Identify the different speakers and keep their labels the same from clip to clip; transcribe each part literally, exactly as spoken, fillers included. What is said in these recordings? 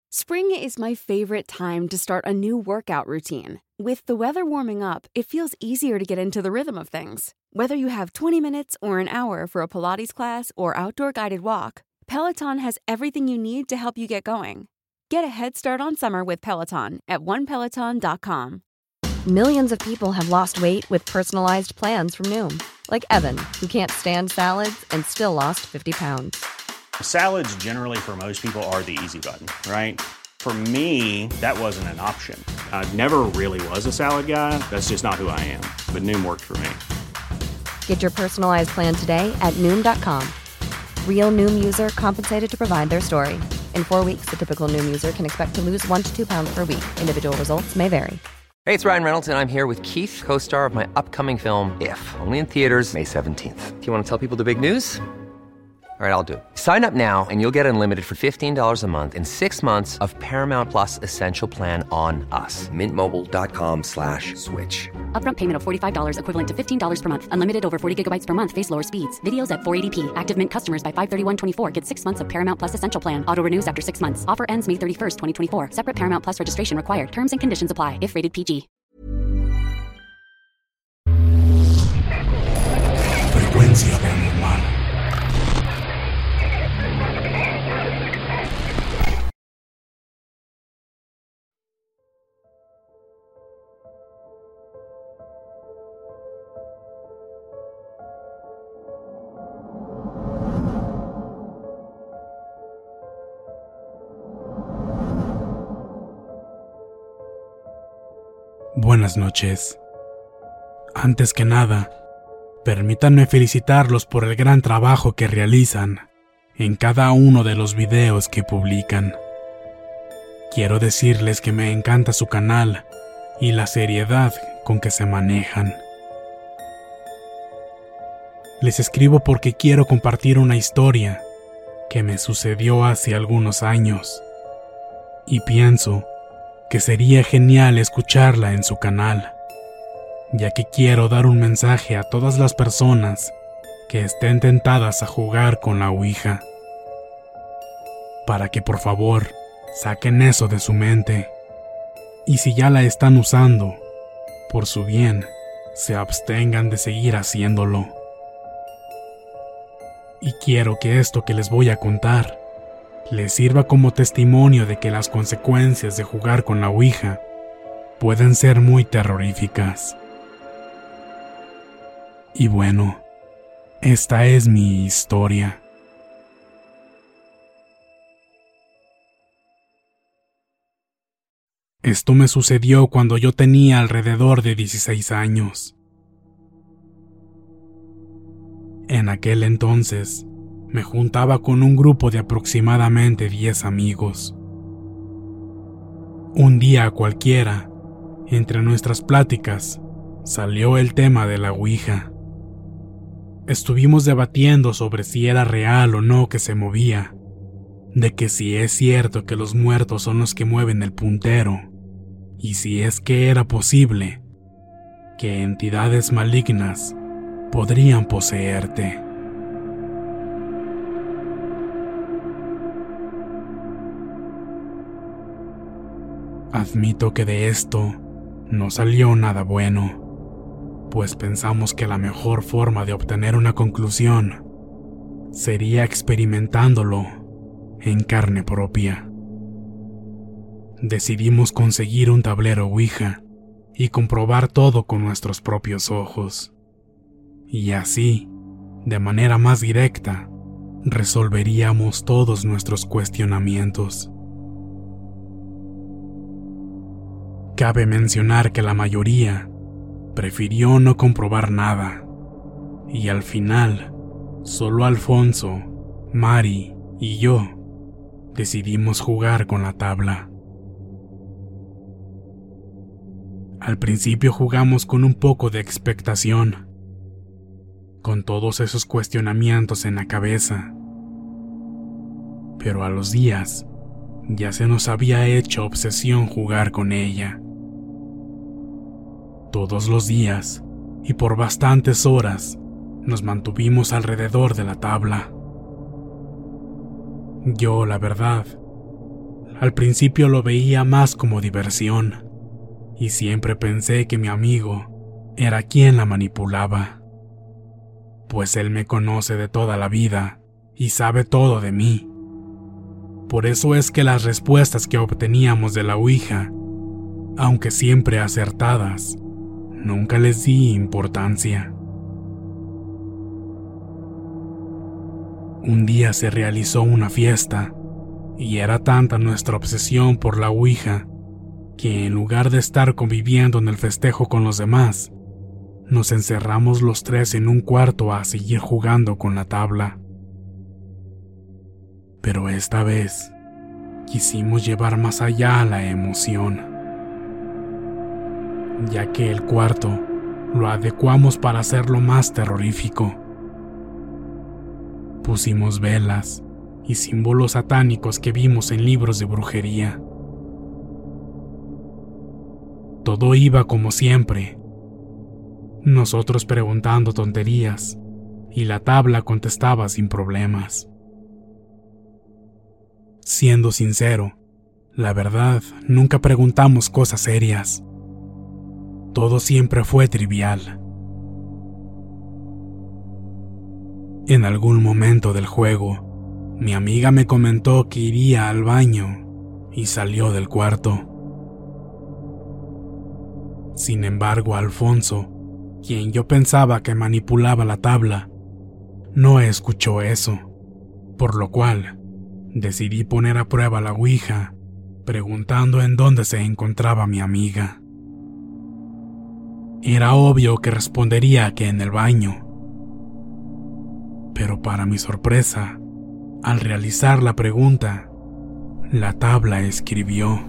Speaker 1: Spring is my favorite time to start a new workout routine. With the weather warming up, it feels easier to get into the rhythm of things. Whether you have twenty minutes or an hour for a Pilates class or outdoor guided walk, Peloton has everything you need to help you get going. Get a head start on summer with Peloton at one peloton dot com.
Speaker 2: Millions of people have lost weight with personalized plans from Noom. Like Evan, who can't stand salads and still lost fifty pounds.
Speaker 3: Salads generally for most people are the easy button, right? For me, that wasn't an option. I never really was a salad guy. That's just not who I am. But Noom worked for me.
Speaker 2: Get your personalized plan today at Noom dot com. Real Noom user compensated to provide their story. In four weeks, the typical Noom user can expect to lose one to two pounds per week. Individual results may vary.
Speaker 4: Hey, it's Ryan Reynolds, and I'm here with Keith, co-star of my upcoming film, If, only in theaters May seventeenth. Do you want to tell people the big news? All right, I'll do it. Sign up now and you'll get unlimited for fifteen dollars a month and six months of Paramount Plus Essential Plan on us. Mint Mobile dot com slash switch.
Speaker 5: Upfront payment of forty-five dollars equivalent to fifteen dollars per month. Unlimited over forty gigabytes per month. Face lower speeds. Videos at four eighty p. Active Mint customers by five thirty-one twenty-four get six months of Paramount Plus Essential Plan. Auto renews after six months. Offer ends May thirty-first, twenty twenty-four. Separate Paramount Plus registration required. Terms and conditions apply if rated P G.
Speaker 6: Frecuencia paranormal. Buenas noches. Antes que nada, permítanme felicitarlos por el gran trabajo que realizan en cada uno de los videos que publican. Quiero decirles que me encanta su canal y la seriedad con que se manejan. Les escribo porque quiero compartir una historia que me sucedió hace algunos años y pienso que sería genial escucharla en su canal, ya que quiero dar un mensaje a todas las personas que estén tentadas a jugar con la Ouija, para que por favor saquen eso de su mente, y si ya la están usando, por su bien, se abstengan de seguir haciéndolo. Y quiero que esto que les voy a contar les sirva como testimonio de que las consecuencias de jugar con la Ouija pueden ser muy terroríficas. Y bueno, esta es mi historia. Esto me sucedió cuando yo tenía alrededor de dieciséis años. En aquel entonces, me juntaba con un grupo de aproximadamente diez amigos. Un día cualquiera, entre nuestras pláticas, salió el tema de la Ouija. Estuvimos debatiendo sobre si era real o no que se movía, de que si es cierto que los muertos son los que mueven el puntero, y si es que era posible que entidades malignas podrían poseerte. Admito que de esto no salió nada bueno, pues pensamos que la mejor forma de obtener una conclusión sería experimentándolo en carne propia. Decidimos conseguir un tablero Ouija y comprobar todo con nuestros propios ojos. Y así, de manera más directa, resolveríamos todos nuestros cuestionamientos. Cabe mencionar que la mayoría prefirió no comprobar nada, y al final, solo Alfonso, Mari y yo decidimos jugar con la tabla. Al principio jugamos con un poco de expectación, con todos esos cuestionamientos en la cabeza, pero a los días ya se nos había hecho obsesión jugar con ella. Todos los días, y por bastantes horas, nos mantuvimos alrededor de la tabla. Yo, la verdad, Al principio lo veía más como diversión, y siempre pensé que mi amigo era quien la manipulaba, pues él me conoce de toda la vida y sabe todo de mí. Por eso es que las respuestas que obteníamos de la Ouija, aunque siempre acertadas, nunca les di importancia. Un día se realizó una fiesta, y era tanta nuestra obsesión por la Ouija, que en lugar de estar conviviendo en el festejo con los demás, nos encerramos los tres en un cuarto a seguir jugando con la tabla. Pero esta vez quisimos llevar más allá la emoción, ya que el cuarto lo adecuamos para hacerlo más terrorífico. Pusimos velas y símbolos satánicos que vimos en libros de brujería. Todo iba como siempre, nosotros preguntando tonterías y la tabla contestaba sin problemas. Siendo sincero, la verdad, nunca preguntamos cosas serias. Todo siempre fue trivial. En algún momento del juego, mi amiga me comentó que iría al baño y salió del cuarto. Sin embargo, Alfonso, quien yo pensaba que manipulaba la tabla, no escuchó eso, por lo cual decidí poner a prueba la Ouija, preguntando en dónde se encontraba mi amiga. Era obvio que respondería que en el baño, pero para mi sorpresa, al realizar la pregunta, la tabla escribió: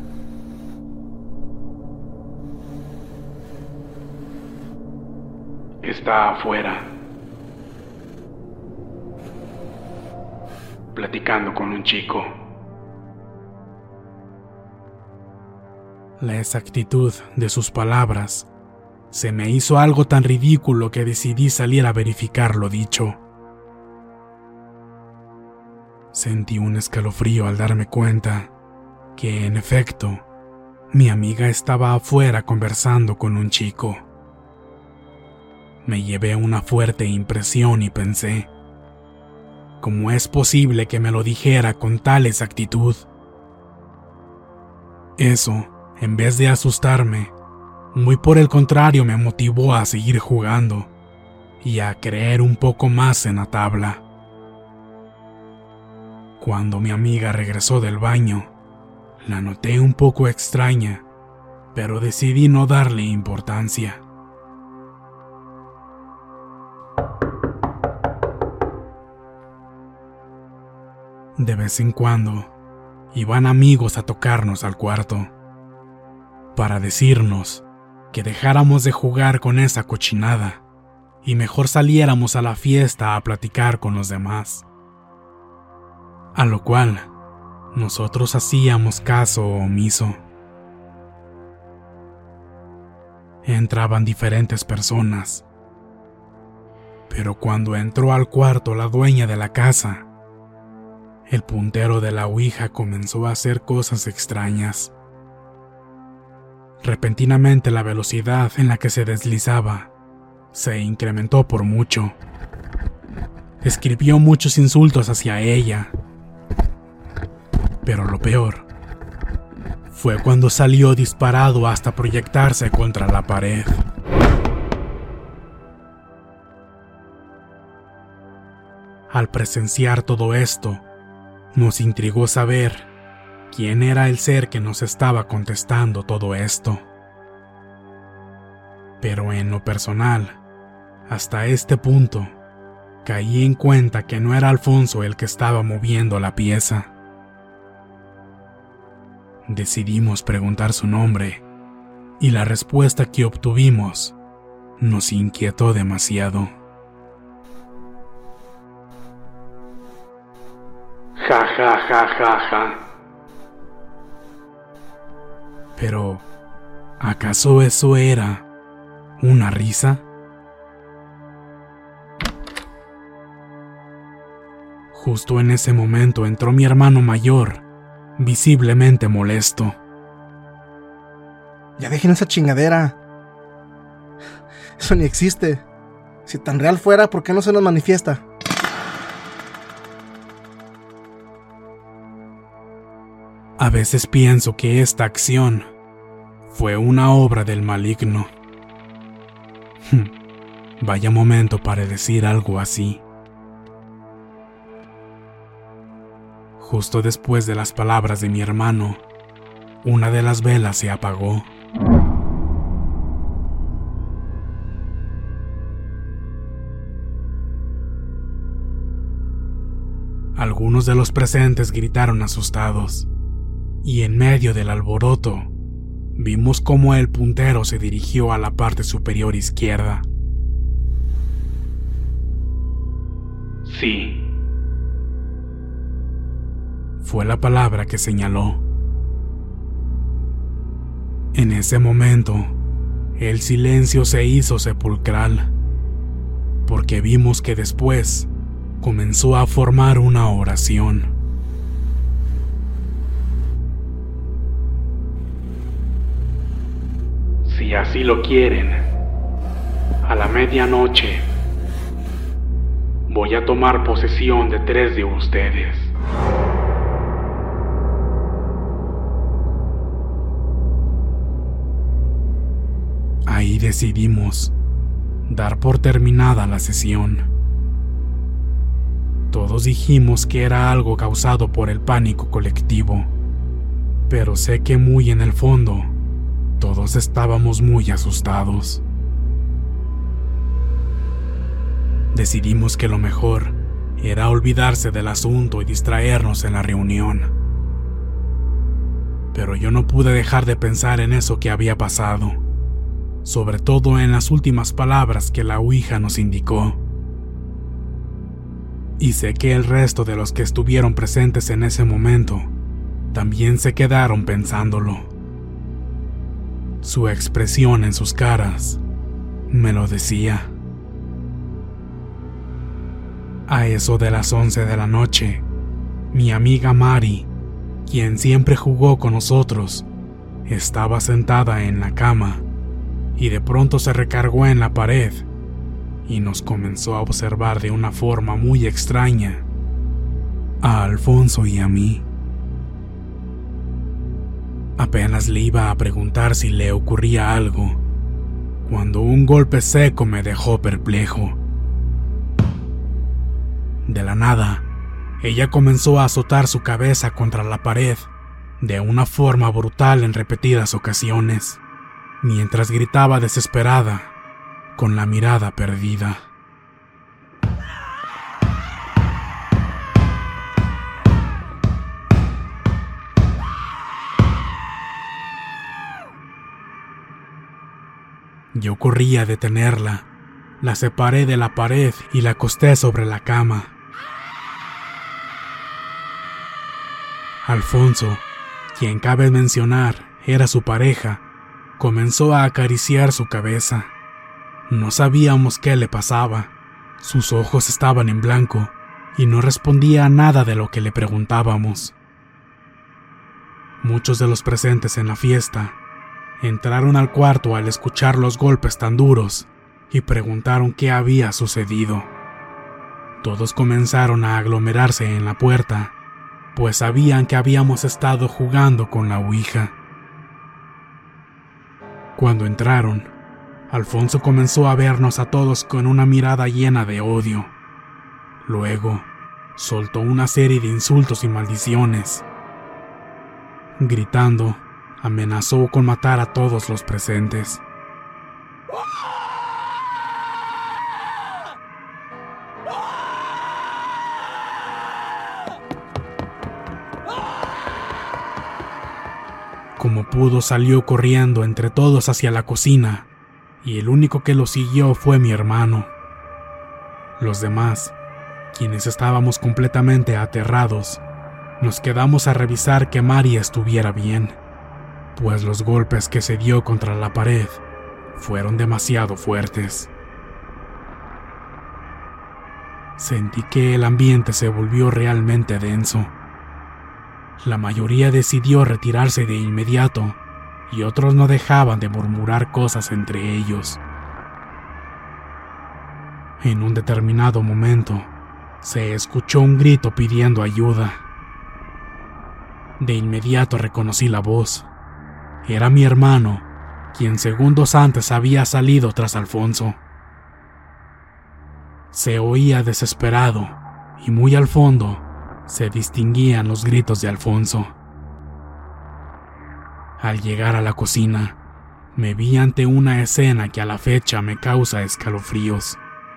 Speaker 6: está afuera, platicando con un chico. La exactitud de sus palabras se me hizo algo tan ridículo que decidí salir a verificar lo dicho. Sentí un escalofrío al darme cuenta que, en efecto, mi amiga estaba afuera conversando con un chico. Me llevé una fuerte impresión y pensé, ¿cómo es posible que me lo dijera con tal exactitud? Eso, en vez de asustarme, muy por el contrario me motivó a seguir jugando y a creer un poco más en la tabla. Cuando mi amiga regresó del baño, la noté un poco extraña, pero decidí no darle importancia. De vez en cuando, iban amigos a tocarnos al cuarto, para decirnos que dejáramos de jugar con esa cochinada y mejor saliéramos a la fiesta a platicar con los demás. A lo cual, nosotros hacíamos caso omiso. Entraban diferentes personas, pero cuando entró al cuarto la dueña de la casa, el puntero de la Ouija comenzó a hacer cosas extrañas. Repentinamente la velocidad en la que se deslizaba se incrementó por mucho. Escribió muchos insultos hacia ella. Pero lo peor fue cuando salió disparado hasta proyectarse contra la pared. Al presenciar todo esto, nos intrigó saber quién era el ser que nos estaba contestando todo esto. Pero en lo personal, hasta este punto, caí en cuenta que no era Alfonso el que estaba moviendo la pieza. Decidimos preguntar su nombre, y la respuesta que obtuvimos nos inquietó demasiado. Ja, ja, ja, ja, ja. Pero, ¿acaso eso era una risa? Justo en ese momento entró mi hermano mayor, visiblemente molesto.
Speaker 7: Ya dejen esa chingadera. Eso ni existe. Si tan real fuera, ¿por qué no se nos manifiesta?
Speaker 6: A veces pienso que esta acción fue una obra del maligno. Vaya momento para decir algo así. Justo después de las palabras de mi hermano, una de las velas se apagó. Algunos de los presentes gritaron asustados, y en medio del alboroto, vimos cómo el puntero se dirigió a la parte superior izquierda.
Speaker 8: Sí.
Speaker 6: Fue la palabra que señaló. En ese momento, el silencio se hizo sepulcral, porque vimos que después comenzó a formar una oración.
Speaker 8: Si así lo quieren, a la medianoche voy a tomar posesión de tres de ustedes.
Speaker 6: Ahí decidimos dar por terminada la sesión. Todos dijimos que era algo causado por el pánico colectivo, pero sé que muy en el fondo, todos estábamos muy asustados. Decidimos que lo mejor era olvidarse del asunto y distraernos en la reunión. Pero yo no pude dejar de pensar en eso que había pasado, sobre todo en las últimas palabras que la Ouija nos indicó. Y sé que el resto de los que estuvieron presentes en ese momento también se quedaron pensándolo. Su expresión en sus caras me lo decía. A eso de las once de la noche, mi amiga Mari, quien siempre jugó con nosotros, estaba sentada en la cama y de pronto se recargó en la pared y nos comenzó a observar de una forma muy extraña a Alfonso y a mí. Apenas le iba a preguntar si le ocurría algo, cuando un golpe seco me dejó perplejo. De la nada, ella comenzó a azotar su cabeza contra la pared de una forma brutal en repetidas ocasiones, mientras gritaba desesperada, con la mirada perdida. Yo corrí a detenerla, la separé de la pared y la acosté sobre la cama. Alfonso, quien cabe mencionar era su pareja, comenzó a acariciar su cabeza. No sabíamos qué le pasaba. Sus ojos estaban en blanco y no respondía a nada de lo que le preguntábamos. Muchos de los presentes en la fiesta entraron al cuarto al escuchar los golpes tan duros y preguntaron qué había sucedido. Todos comenzaron a aglomerarse en la puerta, pues sabían que habíamos estado jugando con la Ouija. Cuando entraron, Alfonso comenzó a vernos a todos con una mirada llena de odio. Luego, soltó una serie de insultos y maldiciones. Gritando, amenazó con matar a todos los presentes. Como pudo, salió corriendo entre todos hacia la cocina, y el único que lo siguió fue mi hermano. Los demás, quienes estábamos completamente aterrados, nos quedamos a revisar que Mari estuviera bien, pues los golpes que se dio contra la pared fueron demasiado fuertes. Sentí que el ambiente se volvió realmente denso. La mayoría decidió retirarse de inmediato y otros no dejaban de murmurar cosas entre ellos. En un determinado momento, se escuchó un grito pidiendo ayuda. De inmediato reconocí la voz. Era mi hermano, quien segundos antes había salido tras Alfonso. Se oía desesperado y muy al fondo se distinguían los gritos de Alfonso. Al llegar a la cocina, me vi ante una escena que a la fecha me causa escalofríos.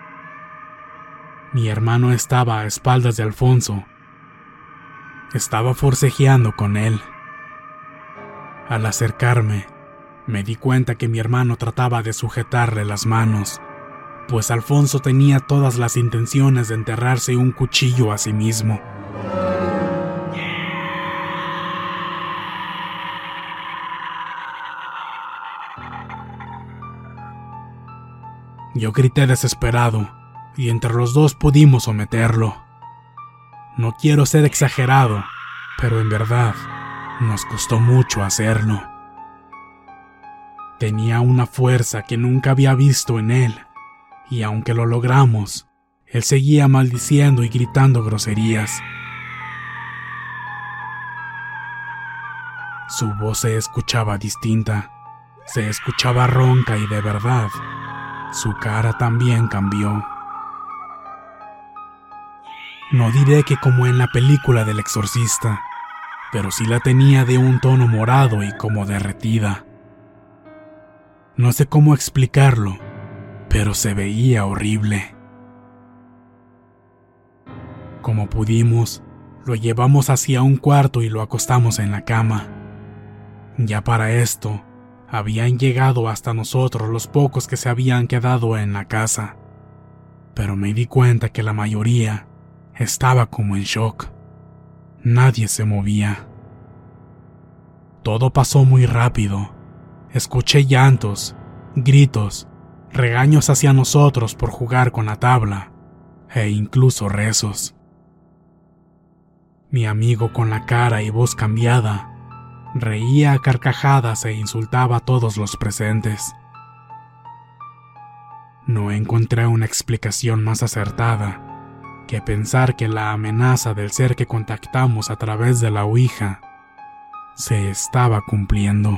Speaker 6: Mi hermano estaba a espaldas de Alfonso. Estaba forcejeando con él. Al acercarme, me di cuenta que mi hermano trataba de sujetarle las manos, pues Alfonso tenía todas las intenciones de enterrarse un cuchillo a sí mismo. Yo grité desesperado, y entre los dos pudimos someterlo. No quiero ser exagerado, pero en verdad nos costó mucho hacerlo. Tenía una fuerza que nunca había visto en él, y aunque lo logramos, él seguía maldiciendo y gritando groserías. Su voz se escuchaba distinta, se escuchaba ronca y de verdad, su cara también cambió. No diré que como en la película del exorcista, pero sí la tenía de un tono morado y como derretida. No sé cómo explicarlo, pero se veía horrible. Como pudimos, lo llevamos hacia un cuarto y lo acostamos en la cama. Ya para esto, habían llegado hasta nosotros los pocos que se habían quedado en la casa, pero me di cuenta que la mayoría estaba como en shock. Nadie se movía. Todo pasó muy rápido. Escuché llantos, gritos, regaños hacia nosotros por jugar con la tabla, e incluso rezos. Mi amigo, con la cara y voz cambiada, reía a carcajadas e insultaba a todos los presentes. No encontré una explicación más acertada que pensar que la amenaza del ser que contactamos a través de la Ouija se estaba cumpliendo.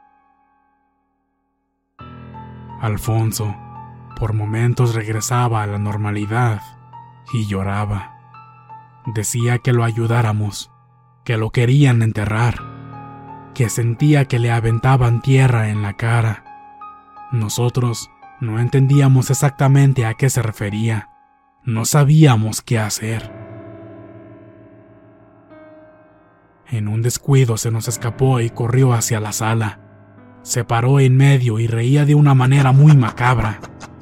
Speaker 6: Alfonso, por momentos regresaba a la normalidad y lloraba. Decía que lo ayudáramos, que lo querían enterrar, que sentía que le aventaban tierra en la cara. Nosotros no entendíamos exactamente a qué se refería. No sabíamos qué hacer. En un descuido se nos escapó y corrió hacia la sala. Se paró en medio y reía de una manera muy macabra.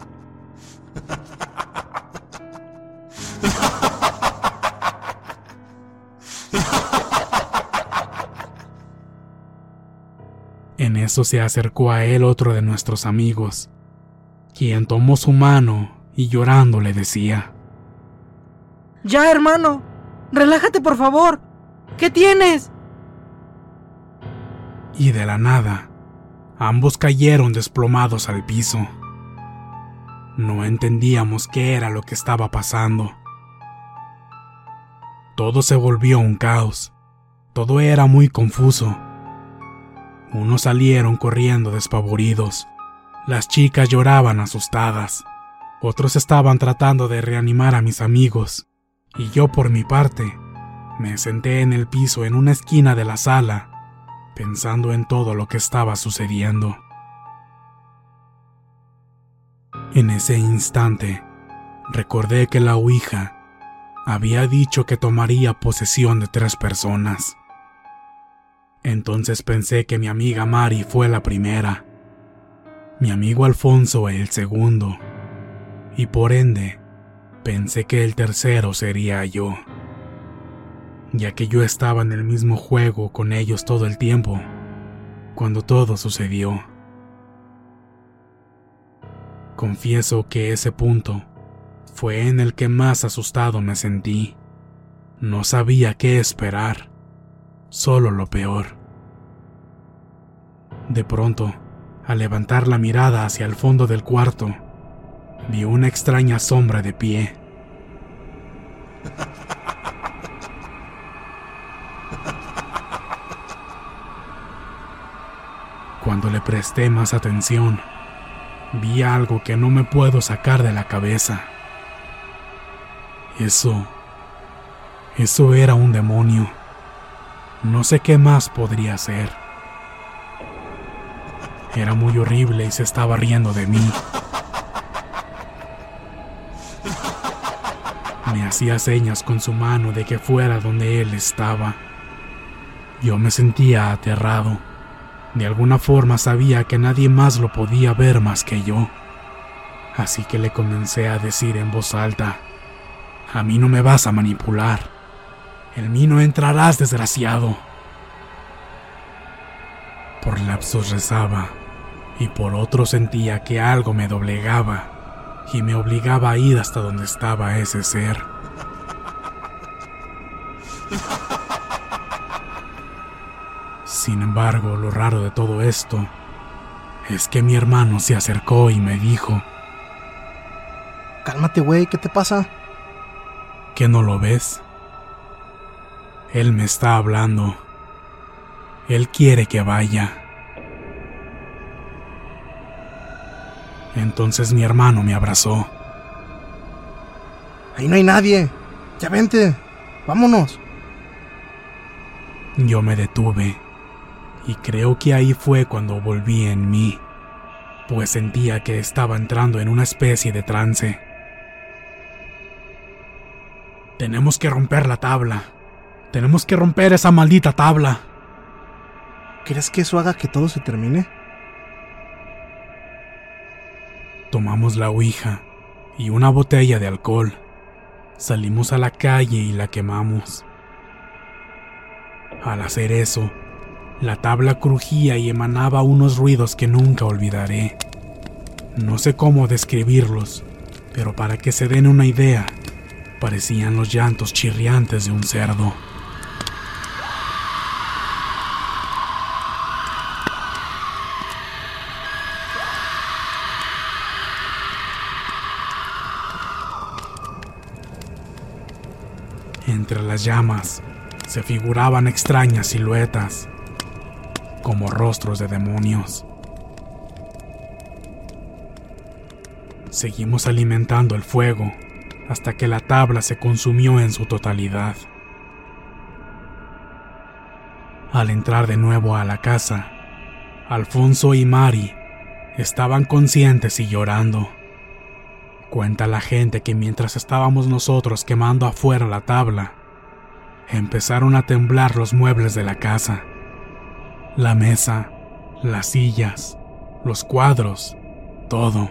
Speaker 6: En eso se acercó a él otro de nuestros amigos, quien tomó su mano y llorando le decía:
Speaker 7: Ya, hermano, relájate por favor. ¿Qué tienes?
Speaker 6: Y de la nada, ambos cayeron desplomados al piso. No entendíamos qué era lo que estaba pasando. Todo se volvió un caos. Todo era muy confuso. Unos salieron corriendo despavoridos. Las chicas lloraban asustadas. Otros estaban tratando de reanimar a mis amigos. Y yo, por mi parte, me senté en el piso en una esquina de la sala, pensando en todo lo que estaba sucediendo. En ese instante, recordé que la Ouija había dicho que tomaría posesión de tres personas. Entonces pensé que mi amiga Mari fue la primera, mi amigo Alfonso el segundo, y por ende, pensé que el tercero sería yo, ya que yo estaba en el mismo juego con ellos todo el tiempo, cuando todo sucedió. Confieso que ese punto fue en el que más asustado me sentí. No sabía qué esperar. solo lo peor. De pronto, al levantar la mirada hacia el fondo del cuarto, vi una extraña sombra de pie. Cuando le presté más atención, vi algo que no me puedo sacar de la cabeza. Eso... Eso era un demonio. No sé qué más podría ser. Era muy horrible y se estaba riendo de mí. Me hacía señas con su mano de que fuera donde él estaba. Yo me sentía aterrado. De alguna forma sabía que nadie más lo podía ver más que yo. Así que le comencé a decir en voz alta: «A mí no me vas a manipular. En mí no entrarás, desgraciado». Por lapsos rezaba, y por otro sentía que algo me doblegaba y me obligaba a ir hasta donde estaba ese ser. Sin embargo, lo raro de todo esto es que mi hermano se acercó y me dijo:
Speaker 7: «Cálmate, güey, ¿qué te pasa?»
Speaker 6: ¿Qué no lo ves? Él me está hablando. Él quiere que vaya. Entonces mi hermano me abrazó.
Speaker 7: «Ahí no hay nadie. Ya vente. Vámonos».
Speaker 6: Yo me detuve. Y creo que ahí fue cuando volví en mí, pues sentía que estaba entrando en una especie de trance. «Tenemos que romper la tabla. Tenemos que romper esa maldita tabla».
Speaker 7: ¿Crees que eso haga que todo se termine?
Speaker 6: Tomamos la ouija y una botella de alcohol. Salimos a la calle y la quemamos. Al hacer eso, la tabla crujía y emanaba unos ruidos que nunca olvidaré. No sé cómo describirlos, pero para que se den una idea, parecían los llantos chirriantes de un cerdo. Entre las llamas se figuraban extrañas siluetas, como rostros de demonios. Seguimos alimentando el fuego hasta que la tabla se consumió en su totalidad. Al entrar de nuevo a la casa, Alfonso y Mari estaban conscientes y llorando. Cuenta la gente que mientras estábamos nosotros quemando afuera la tabla, empezaron a temblar los muebles de la casa. La mesa, las sillas, los cuadros, todo.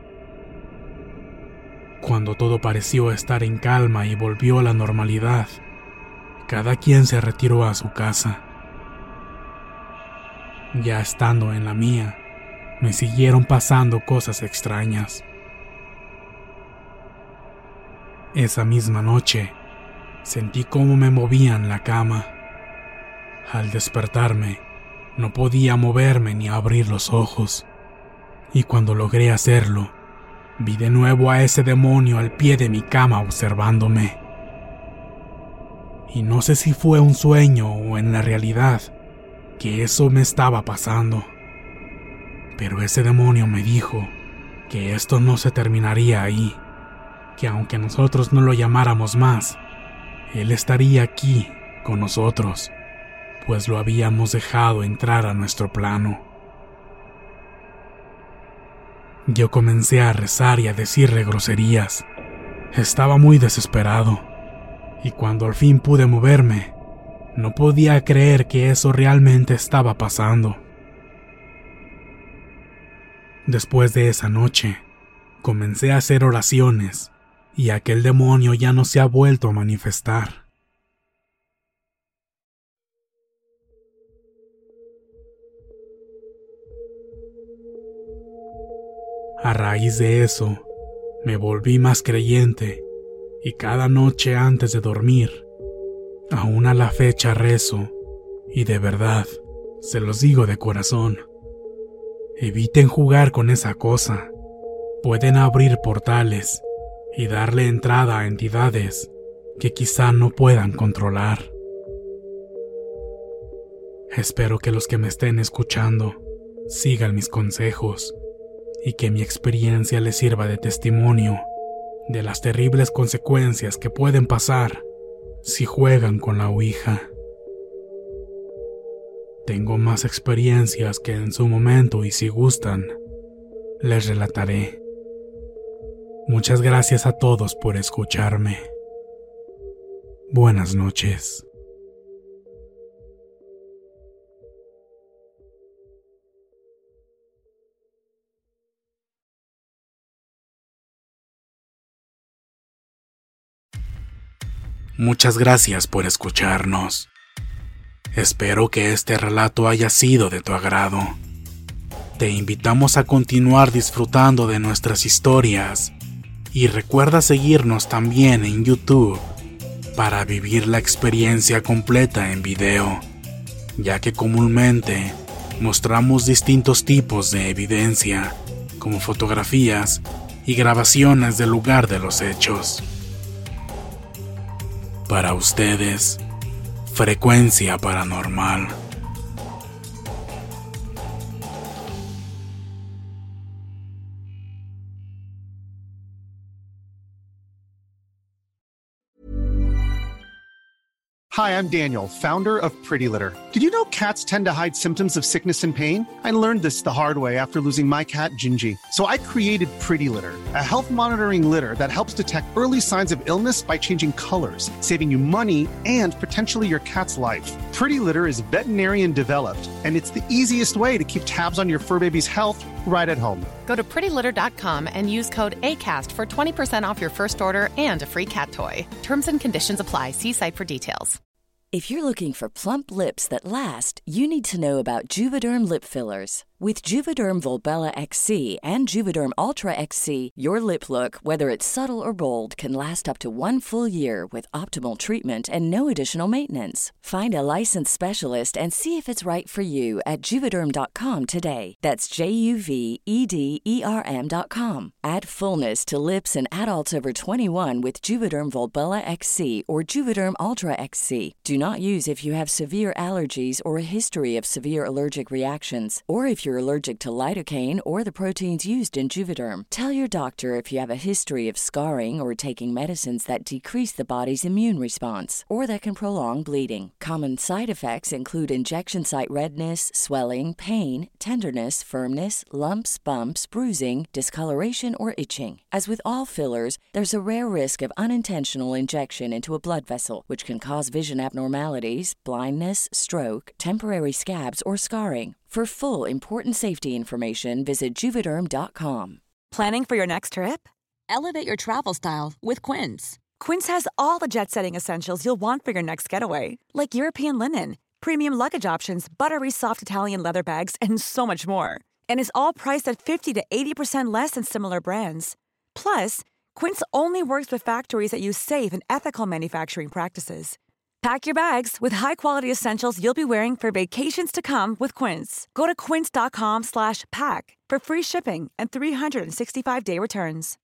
Speaker 6: Cuando todo pareció estar en calma y volvió a la normalidad, cada quien se retiró a su casa. Ya estando en la mía, me siguieron pasando cosas extrañas. Esa misma noche, sentí cómo me movían la cama. Al despertarme, no podía moverme ni abrir los ojos, y cuando logré hacerlo, vi de nuevo a ese demonio al pie de mi cama observándome. Y no sé si fue un sueño o en la realidad que eso me estaba pasando, pero ese demonio me dijo que esto no se terminaría ahí, que aunque nosotros no lo llamáramos más, él estaría aquí con nosotros, pues lo habíamos dejado entrar a nuestro plano. Yo comencé a rezar y a decirle groserías. Estaba muy desesperado, y cuando al fin pude moverme, no podía creer que eso realmente estaba pasando. Después de esa noche, comencé a hacer oraciones, y aquel demonio ya no se ha vuelto a manifestar. A raíz de eso, me volví más creyente, y cada noche antes de dormir, aún a la fecha rezo Y de verdad, se los digo de corazón, eviten jugar con esa cosa. Pueden abrir portales y darle entrada a entidades que quizá no puedan controlar. Espero que los que me estén escuchando sigan mis consejos y que mi experiencia les sirva de testimonio de las terribles consecuencias que pueden pasar si juegan con la Ouija. Tengo más experiencias que en su momento y si gustan, les relataré. Muchas gracias a todos por escucharme. Buenas noches. Muchas gracias por escucharnos. Espero que este relato haya sido de tu agrado. Te invitamos a continuar disfrutando de nuestras historias y recuerda seguirnos también en YouTube para vivir la experiencia completa en video, ya que comúnmente mostramos distintos tipos de evidencia, como fotografías y grabaciones del lugar de los hechos. Para ustedes, Frecuencia Paranormal.
Speaker 9: Hi, I'm Daniel, founder of Pretty Litter. Did you know cats tend to hide symptoms of sickness and pain? I learned this the hard way after losing my cat, Gingy. So I created Pretty Litter, a health monitoring litter that helps detect early signs of illness by changing colors, saving you money and potentially your cat's life. Pretty Litter is veterinarian developed, and it's the easiest way to keep tabs on your fur baby's health right at home.
Speaker 10: Go to pretty litter dot com and use code ACAST for twenty percent off your first order and a free cat toy. Terms and conditions apply. See site for details.
Speaker 11: If you're looking for plump lips that last, you need to know about Juvederm lip fillers. With Juvederm Volbella X C and Juvederm Ultra X C, your lip look, whether it's subtle or bold, can last up to one full year with optimal treatment and no additional maintenance. Find a licensed specialist and see if it's right for you at Juvederm dot com today. That's J U V E D E R M dot com. Add fullness to lips in adults over twenty-one with Juvederm Volbella X C or Juvederm Ultra X C. Do not use if you have severe allergies or a history of severe allergic reactions, or if you're allergic to lidocaine or the proteins used in Juvederm. Tell your doctor if you have a history of scarring or taking medicines that decrease the body's immune response or that can prolong bleeding. Common side effects include injection site redness, swelling, pain, tenderness, firmness, lumps, bumps, bruising, discoloration, or itching. As with all fillers, there's a rare risk of unintentional injection into a blood vessel, which can cause vision abnormalities, blindness, stroke, temporary scabs, or scarring. For full, important safety information, visit Juvederm dot com.
Speaker 12: Planning for your next trip? Elevate your travel style with Quince. Quince has all the jet-setting essentials you'll want for your next getaway, like European linen, premium luggage options, buttery soft Italian leather bags, and so much more. And is all priced at fifty to eighty percent less than similar brands. Plus, Quince only works with factories that use safe and ethical manufacturing practices. Pack your bags with high-quality essentials you'll be wearing for vacations to come with Quince. Go to quince dot com slash pack for free shipping and three sixty-five day returns.